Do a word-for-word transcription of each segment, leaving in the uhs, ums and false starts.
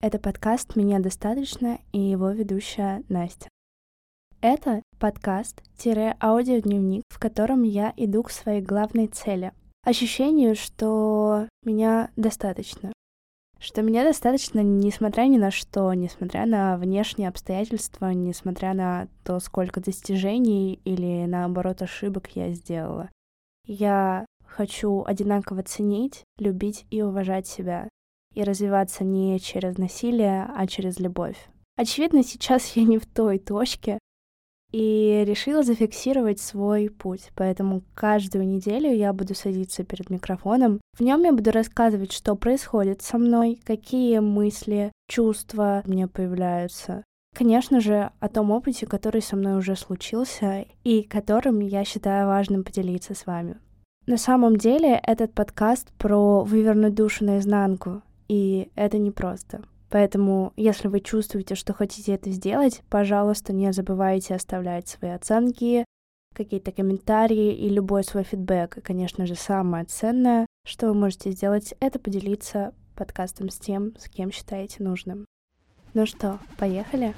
Это подкаст «Меня достаточно» и его ведущая Настя. Это подкаст-аудиодневник, в котором я иду к своей главной цели. Ощущению, что меня достаточно. Что меня достаточно, несмотря ни на что, несмотря на внешние обстоятельства, несмотря на то, сколько достижений или, наоборот, ошибок я сделала. Я хочу одинаково ценить, любить и уважать себя. И развиваться не через насилие, а через любовь. Очевидно, сейчас я не в той точке, и решила зафиксировать свой путь, поэтому каждую неделю я буду садиться перед микрофоном. В нем я буду рассказывать, что происходит со мной, какие мысли, чувства у меня появляются. Конечно же, о том опыте, который со мной уже случился и которым я считаю важным поделиться с вами. На самом деле, этот подкаст про вывернуть душу наизнанку, и это непросто. Поэтому, если вы чувствуете, что хотите это сделать, пожалуйста, не забывайте оставлять свои оценки, какие-то комментарии и любой свой фидбэк. И, конечно же, самое ценное, что вы можете сделать, это поделиться подкастом с тем, с кем считаете нужным. Ну что, поехали?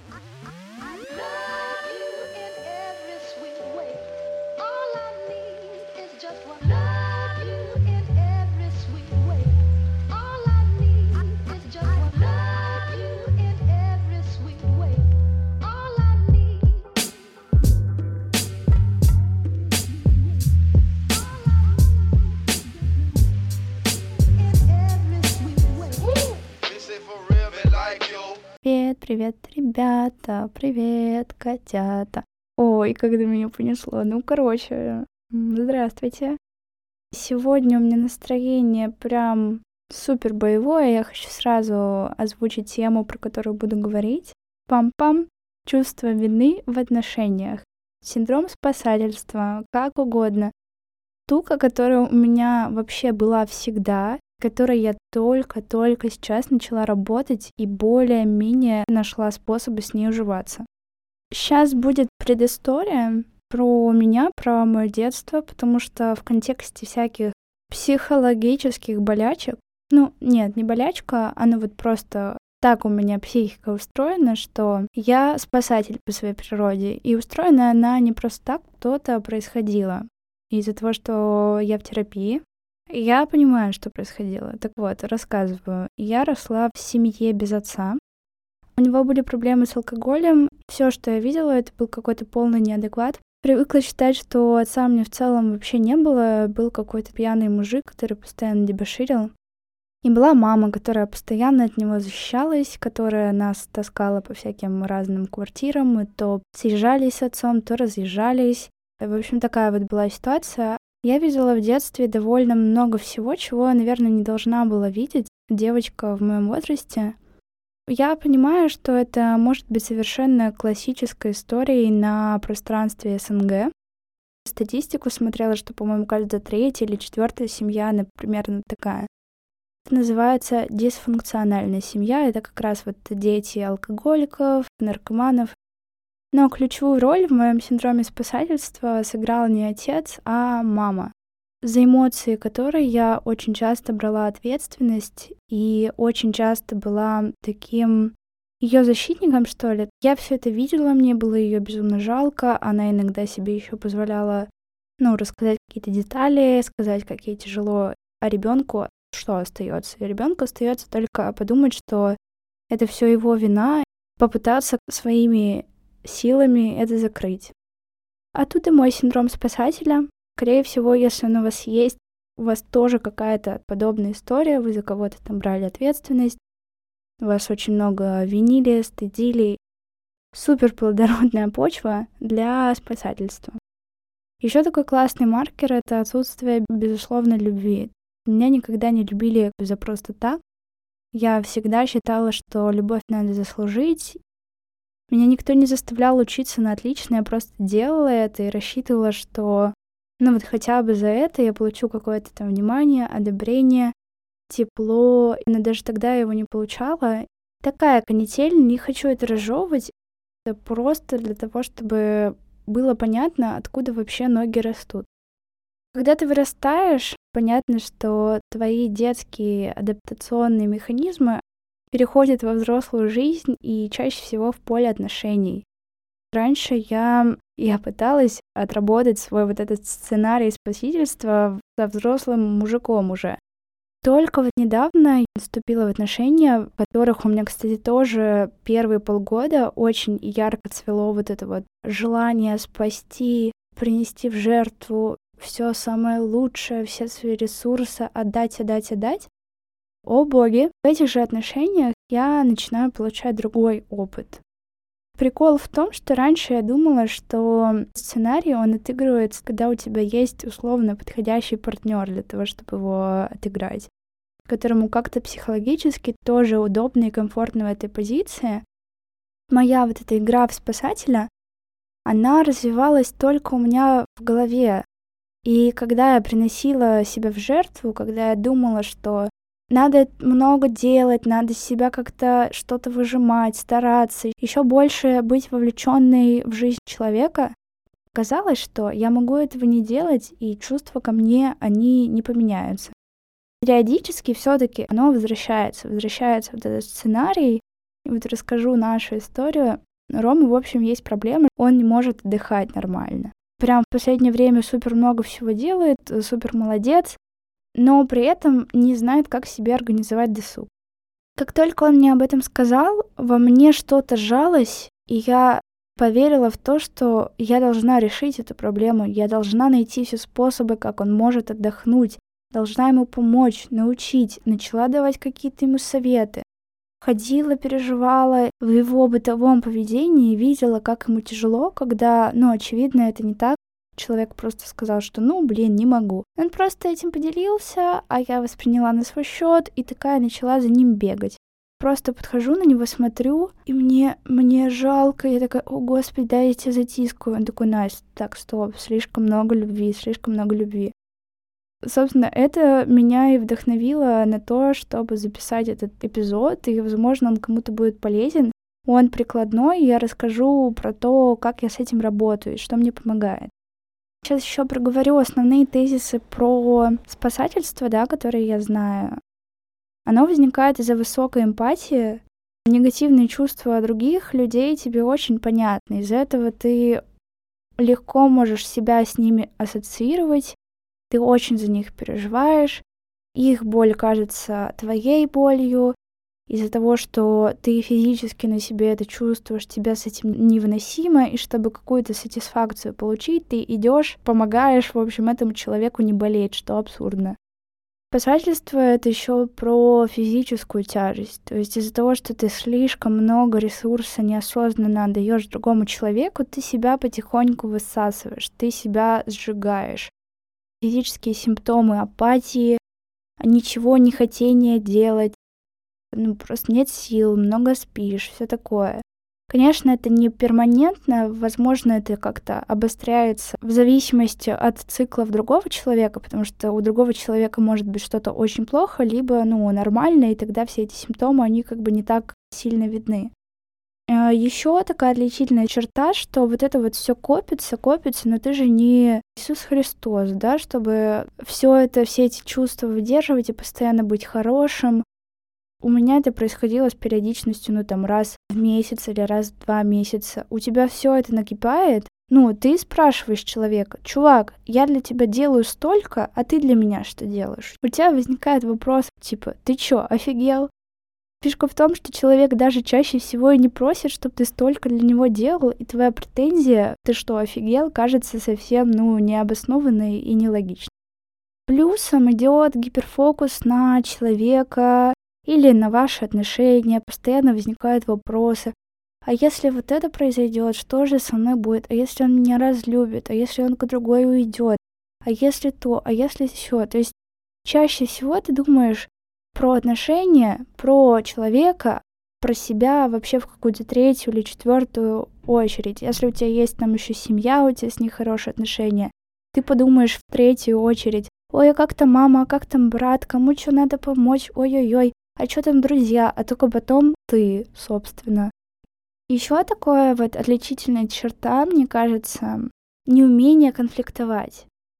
Привет, привет, ребята, привет, котята. Ой, когда меня понесло. Ну, короче, здравствуйте. Сегодня у меня настроение прям супер боевое. Я хочу сразу озвучить тему, про которую буду говорить. Пам-пам. Чувство вины в отношениях. Синдром спасательства, как угодно. Штука, которая у меня вообще была всегда, которой я только-только сейчас начала работать и более-менее нашла способы с ней уживаться. Сейчас будет предыстория про меня, про мое детство, потому что в контексте всяких психологических болячек, ну, нет, не болячка, она вот просто так у меня психика устроена, что я спасатель по своей природе, и устроена она не просто так, кто-то происходило. Из-за того, что я в терапии, я понимаю, что происходило. Так вот, рассказываю. Я росла в семье без отца. У него были проблемы с алкоголем. Все, что я видела, это был какой-то полный неадекват. Привыкла считать, что отца у меня в целом вообще не было. Был какой-то пьяный мужик, который постоянно дебоширил. И была мама, которая постоянно от него защищалась, которая нас таскала по всяким разным квартирам. Мы то съезжались с отцом, то разъезжались. В общем, такая вот была ситуация. Я видела в детстве довольно много всего, чего я, наверное, не должна была видеть. Девочка в моем возрасте. Я понимаю, что это может быть совершенно классической историей на пространстве СНГ. Статистику смотрела, что, по-моему, каждая третья или четвертая семья, она примерно такая. Это называется дисфункциональная семья. Это как раз вот дети алкоголиков, наркоманов. Но ключевую роль в моем синдроме спасательства сыграл не отец, а мама, за эмоции которой я очень часто брала ответственность и очень часто была таким ее защитником, что ли. Я все это видела, мне было ее безумно жалко, она иногда себе еще позволяла, ну, рассказать какие-то детали, сказать, как ей тяжело, а ребенку что остается? Ребенку остается только подумать, что это все его вина, попытаться своими силами это закрыть. Оттуда мой синдром спасателя. Скорее всего, если он у вас есть, у вас тоже какая-то подобная история, вы за кого-то там брали ответственность, вас очень много винили, стыдили. Супер плодородная почва для спасательства. Еще такой классный маркер — это отсутствие безусловной любви. Меня никогда не любили за просто так. Я всегда считала, что любовь надо заслужить. Меня никто не заставлял учиться на отлично, я просто делала это и рассчитывала, что ну вот хотя бы за это я получу какое-то там внимание, одобрение, тепло. Но даже тогда я его не получала. Такая канитель, не хочу это разжевывать. Это просто для того, чтобы было понятно, откуда вообще ноги растут. Когда ты вырастаешь, понятно, что твои детские адаптационные механизмы, переходит во взрослую жизнь и чаще всего в поле отношений. Раньше я, я пыталась отработать свой вот этот сценарий спасительства со взрослым мужиком уже. Только вот недавно я вступила в отношения, в которых у меня, кстати, тоже первые полгода очень ярко цвело вот это вот желание спасти, принести в жертву все самое лучшее, все свои ресурсы отдать, отдать, отдать. О боги, в этих же отношениях я начинаю получать другой опыт. Прикол в том, что раньше я думала, что сценарий, он отыгрывается, когда у тебя есть условно подходящий партнер для того, чтобы его отыграть, которому как-то психологически тоже удобно и комфортно в этой позиции. Моя вот эта игра в спасателя, она развивалась только у меня в голове. И когда я приносила себя в жертву, когда я думала, что надо много делать, надо себя как-то что-то выжимать, стараться, еще больше быть вовлеченной в жизнь человека, казалось, что я могу этого не делать, и чувства ко мне, они не поменяются. Периодически все-таки оно возвращается, возвращается вот этот сценарий. И вот расскажу нашу историю. У Ромы, в общем, есть проблемы, он не может отдыхать нормально. Прям в последнее время супер много всего делает, супер молодец, но при этом не знает, как себе организовать досуг. Как только он мне об этом сказал, во мне что-то сжалось, и я поверила в то, что я должна решить эту проблему, я должна найти все способы, как он может отдохнуть, должна ему помочь, научить, начала давать какие-то ему советы. Ходила, переживала в его бытовом поведении, видела, как ему тяжело, когда, ну, очевидно, это не так. Человек просто сказал, что ну, блин, не могу. Он просто этим поделился, а я восприняла на свой счет и такая начала за ним бегать. Просто подхожу на него, смотрю, и мне, мне жалко. Я такая, о, господи, дай я тебя затискаю. Он такой, Настя, так, стоп, слишком много любви, слишком много любви. Собственно, это меня и вдохновило на то, чтобы записать этот эпизод, и, возможно, он кому-то будет полезен. Он прикладной, и я расскажу про то, как я с этим работаю и что мне помогает. Сейчас еще проговорю основные тезисы про спасательство, да, которые я знаю. Оно возникает из-за высокой эмпатии. Негативные чувства других людей тебе очень понятны. Из-за этого ты легко можешь себя с ними ассоциировать, ты очень за них переживаешь, их боль кажется твоей болью. Из-за того, что ты физически на себе это чувствуешь, тебе с этим невыносимо, и чтобы какую-то сатисфакцию получить, ты идешь, помогаешь, в общем, этому человеку не болеть, что абсурдно. Спасательство — это еще про физическую тяжесть. То есть из-за того, что ты слишком много ресурса неосознанно отдаешь другому человеку, ты себя потихоньку высасываешь, ты себя сжигаешь. Физические симптомы апатии, ничего не хотения делать, ну, просто нет сил, много спишь, все такое. Конечно, это не перманентно, возможно, это как-то обостряется в зависимости от циклов другого человека, потому что у другого человека может быть что-то очень плохо, либо, ну, нормально, и тогда все эти симптомы, они как бы не так сильно видны. Еще такая отличительная черта, что вот это вот все копится, копится, но ты же не Иисус Христос, да, чтобы все это, все эти чувства выдерживать и постоянно быть хорошим. У меня это происходило с периодичностью, ну, там, раз в месяц или раз в два месяца. У тебя все это накипает. Ну, ты спрашиваешь человека, чувак, я для тебя делаю столько, а ты для меня что делаешь? У тебя возникает вопрос, типа, ты чё, офигел? Фишка в том, что человек даже чаще всего и не просит, чтобы ты столько для него делал, и твоя претензия, ты что, офигел, кажется совсем, ну, необоснованной и нелогичной. Плюсом идет гиперфокус на человека, или на ваши отношения, постоянно возникают вопросы. А если вот это произойдет, что же со мной будет? А если он меня разлюбит? А если он к другой уйдет? А если то? А если все? То есть чаще всего ты думаешь про отношения, про человека, про себя вообще в какую-то третью или четвертую очередь. Если у тебя есть там еще семья, у тебя с ней хорошие отношения, ты подумаешь в третью очередь: ой, а как там мама, а как там брат, кому что надо помочь, ой-ой-ой. А что там друзья, а только потом ты, собственно. Еще такое вот отличительная черта, мне кажется, неумение конфликтовать.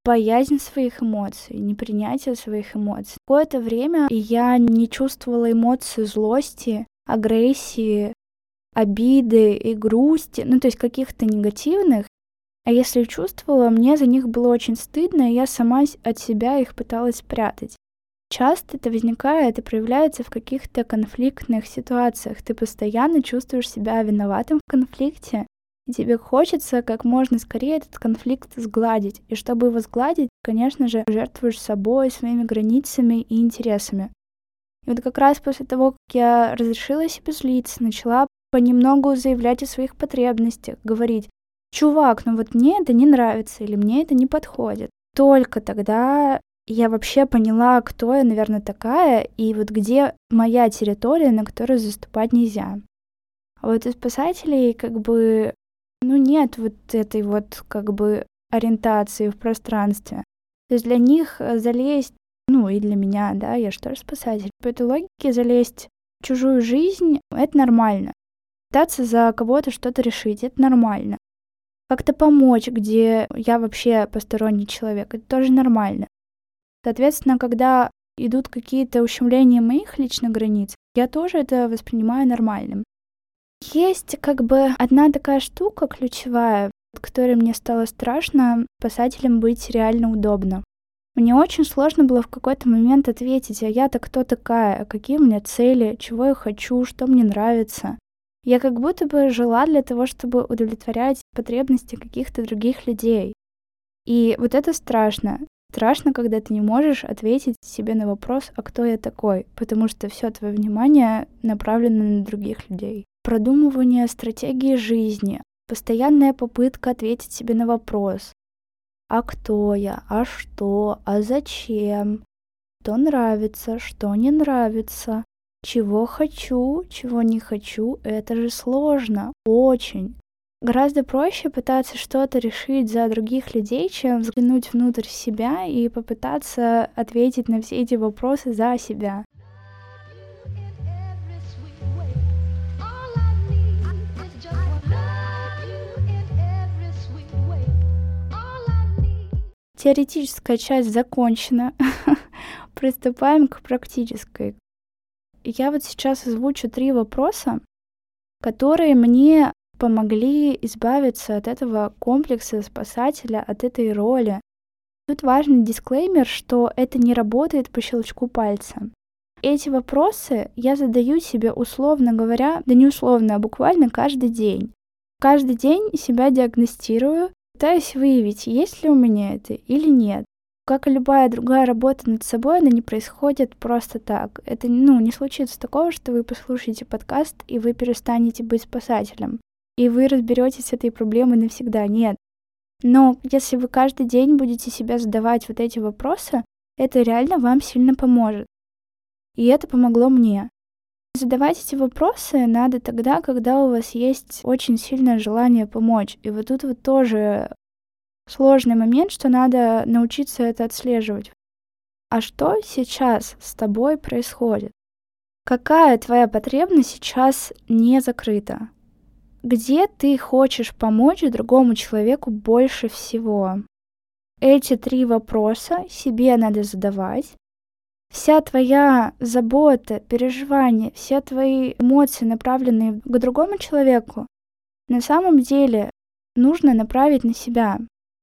боязнь своих эмоций, непринятие своих эмоций. Какое-то время я не чувствовала эмоции злости, агрессии, обиды и грусти, ну, то есть каких-то негативных. А если чувствовала, мне за них было очень стыдно, и я сама от себя их пыталась спрятать. Часто это возникает и проявляется в каких-то конфликтных ситуациях. Ты постоянно чувствуешь себя виноватым в конфликте, и тебе хочется как можно скорее этот конфликт сгладить. И чтобы его сгладить, конечно же, жертвуешь собой, своими границами и интересами. И вот как раз после того, как я разрешила себе злиться, начала понемногу заявлять о своих потребностях, говорить: «Чувак, ну вот мне это не нравится» или «мне это не подходит». Только тогда я вообще поняла, кто я, наверное, такая, и вот где моя территория, на которую заступать нельзя. А вот у спасателей как бы, ну, нет вот этой вот как бы ориентации в пространстве. То есть для них залезть, ну и для меня, да, я же тоже спасатель. По этой логике залезть в чужую жизнь — это нормально. Пытаться за кого-то что-то решить — это нормально. Как-то помочь, где я вообще посторонний человек — это тоже нормально. Соответственно, когда идут какие-то ущемления моих личных границ, я тоже это воспринимаю нормальным. Есть как бы одна такая штука ключевая, от которой мне стало страшно спасателем быть реально удобно. Мне очень сложно было в какой-то момент ответить: а я-то кто такая, какие у меня цели, чего я хочу, что мне нравится. Я как будто бы жила для того, чтобы удовлетворять потребности каких-то других людей. И вот это страшно. Страшно, когда ты не можешь ответить себе на вопрос: а кто я такой? Потому что все твое внимание направлено на других людей. Продумывание стратегии жизни, постоянная попытка ответить себе на вопрос: а кто я, а что, а зачем, что нравится, что не нравится, чего хочу, чего не хочу. Это же сложно, очень. Гораздо проще пытаться что-то решить за других людей, чем взглянуть внутрь себя и попытаться ответить на все эти вопросы за себя. Теоретическая часть закончена. Приступаем к практической. Я вот сейчас озвучу три вопроса, которые мне помогли избавиться от этого комплекса спасателя, от этой роли. Тут важный дисклеймер, что это не работает по щелчку пальца. Эти вопросы я задаю себе, условно говоря, да не условно, а буквально каждый день. Каждый день себя диагностирую, пытаюсь выявить, есть ли у меня это или нет. Как и любая другая работа над собой, она не происходит просто так. Это, ну, не случится такого, что вы послушаете подкаст, и вы перестанете быть спасателем. И вы разберетесь с этой проблемой навсегда. Нет. Но если вы каждый день будете себе задавать вот эти вопросы, это реально вам сильно поможет. И это помогло мне. Задавать эти вопросы надо тогда, когда у вас есть очень сильное желание помочь. И вот тут вот тоже сложный момент, что надо научиться это отслеживать. А что сейчас с тобой происходит? Какая твоя потребность сейчас не закрыта? Где ты хочешь помочь другому человеку больше всего? Эти три вопроса себе надо задавать. Вся твоя забота, переживания, все твои эмоции, направленные к другому человеку, на самом деле нужно направить на себя.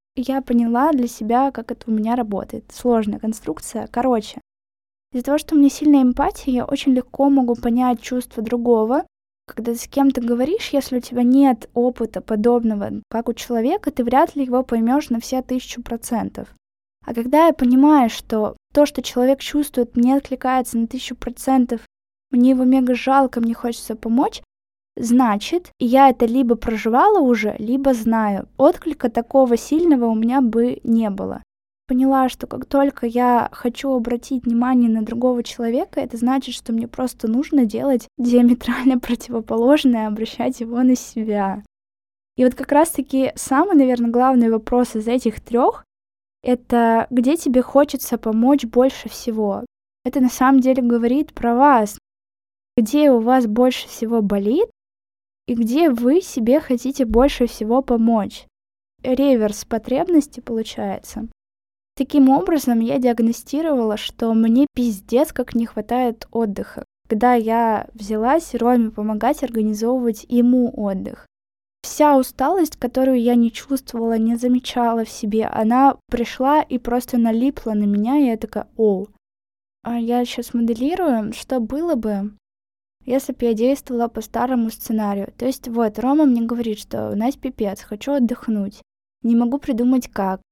Я поняла для себя, как это у меня работает. Сложная конструкция. Короче, из-за того, что у меня сильная эмпатия, я очень легко могу понять чувства другого. Когда ты с кем-то говоришь, если у тебя нет опыта подобного, как у человека, ты вряд ли его поймешь на все тысячу процентов. А когда я понимаю, что то, что человек чувствует, мне откликается на тысячу процентов, мне его мега жалко, мне хочется помочь, значит, я это либо проживала уже, либо знаю. Отклика такого сильного у меня бы не было. Поняла, что как только я хочу обратить внимание на другого человека, это значит, что мне просто нужно делать диаметрально противоположное, обращать его на себя. И вот как раз-таки самый, наверное, главный вопрос из этих трех — это где тебе хочется помочь больше всего. Это на самом деле говорит про вас. Где у вас больше всего болит и где вы себе хотите больше всего помочь. Реверс потребности получается. Таким образом, я диагностировала, что мне пиздец как не хватает отдыха. Когда я взялась Роме помогать организовывать ему отдых. Вся усталость, которую я не чувствовала, не замечала в себе, она пришла и просто налипла на меня, и я такая: о, а я сейчас моделирую, что было бы, если бы я действовала по старому сценарию. То есть вот, Рома мне говорит, что: Настя, пипец, хочу отдохнуть, не могу придумать как.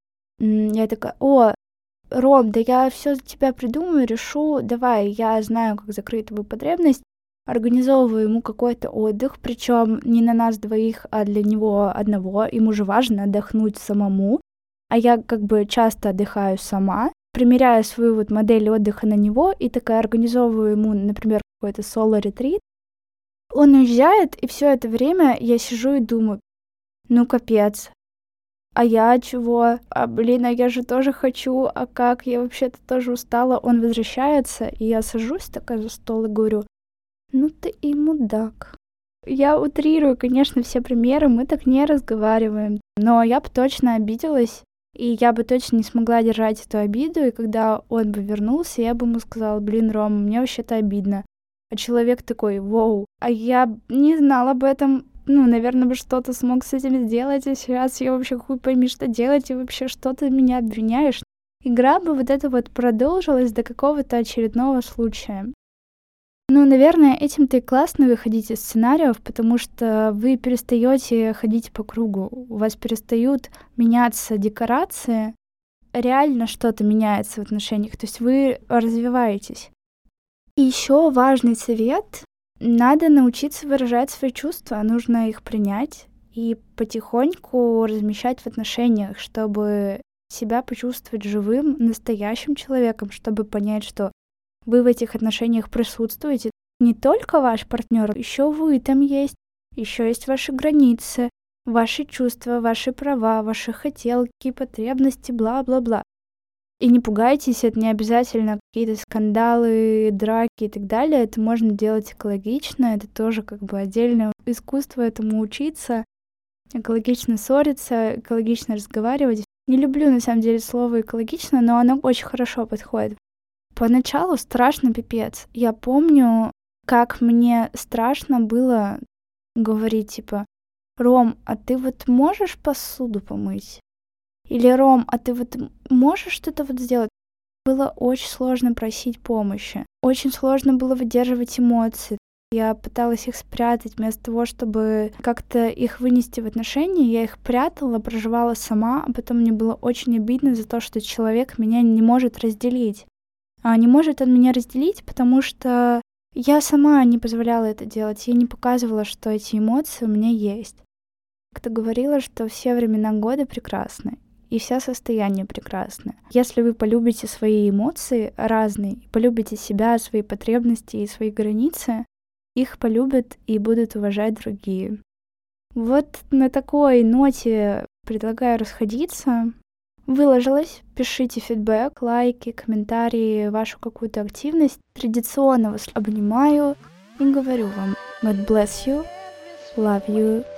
Я такая: о, Ром, да я все за тебя придумаю, решу, давай, я знаю, как закрыть твою потребность, организовываю ему какой-то отдых, причем не на нас двоих, а для него одного, ему же важно отдохнуть самому, а я как бы часто отдыхаю сама, примеряю свою вот модель отдыха на него и такая организовываю ему, например, какой-то соло-ретрит. Он уезжает, и все это время я сижу и думаю: ну капец, а я чего? А блин, а я же тоже хочу, а как? Я вообще-то тоже устала. Он возвращается, и я сажусь такая за стол и говорю: ну ты и мудак. Я утрирую, конечно, все примеры, мы так не разговариваем. Но я бы точно обиделась, и я бы точно не смогла держать эту обиду, и когда он бы вернулся, я бы ему сказала: блин, Ром, мне вообще-то обидно. А человек такой: воу, а я не знала об этом. Ну, наверное, бы что-то смог с этим сделать, а сейчас я вообще хуй пойми, что делать, и вообще что ты меня обвиняешь. Игра бы вот это вот продолжилась до какого-то очередного случая. Ну, наверное, этим-то и классно выходить из сценариев, потому что вы перестаете ходить по кругу, у вас перестают меняться декорации, реально что-то меняется в отношениях, то есть вы развиваетесь. И еще важный совет: надо научиться выражать свои чувства, нужно их принять и потихоньку размещать в отношениях, чтобы себя почувствовать живым, настоящим человеком, чтобы понять, что вы в этих отношениях присутствуете. Не только ваш партнер, еще вы там есть, еще есть ваши границы, ваши чувства, ваши права, ваши хотелки, потребности, бла-бла-бла. И не пугайтесь, это не обязательно какие-то скандалы, драки и так далее. Это можно делать экологично, это тоже как бы отдельное искусство этому учиться. Экологично ссориться, экологично разговаривать. Не люблю на самом деле слово экологично, но оно очень хорошо подходит. Поначалу страшно пипец. Я помню, как мне страшно было говорить типа: Ром, а ты вот можешь посуду помыть? Или Ром, а ты вот можешь что-то вот сделать? Было очень сложно просить помощи. Очень сложно было выдерживать эмоции. Я пыталась их спрятать, вместо того, чтобы как-то их вынести в отношения, я их прятала, проживала сама, а потом мне было очень обидно за то, что человек меня не может разделить. А не может он меня разделить, потому что я сама не позволяла это делать, я не показывала, что эти эмоции у меня есть. Как-то говорила, что все времена года прекрасны. И все состояния прекрасны. Если вы полюбите свои эмоции разные, полюбите себя, свои потребности и свои границы, их полюбят и будут уважать другие. Вот на такой ноте предлагаю расходиться. Выложилась, пишите фидбэк, лайки, комментарии, вашу какую-то активность. Традиционно вас обнимаю и говорю вам: God bless you, love you.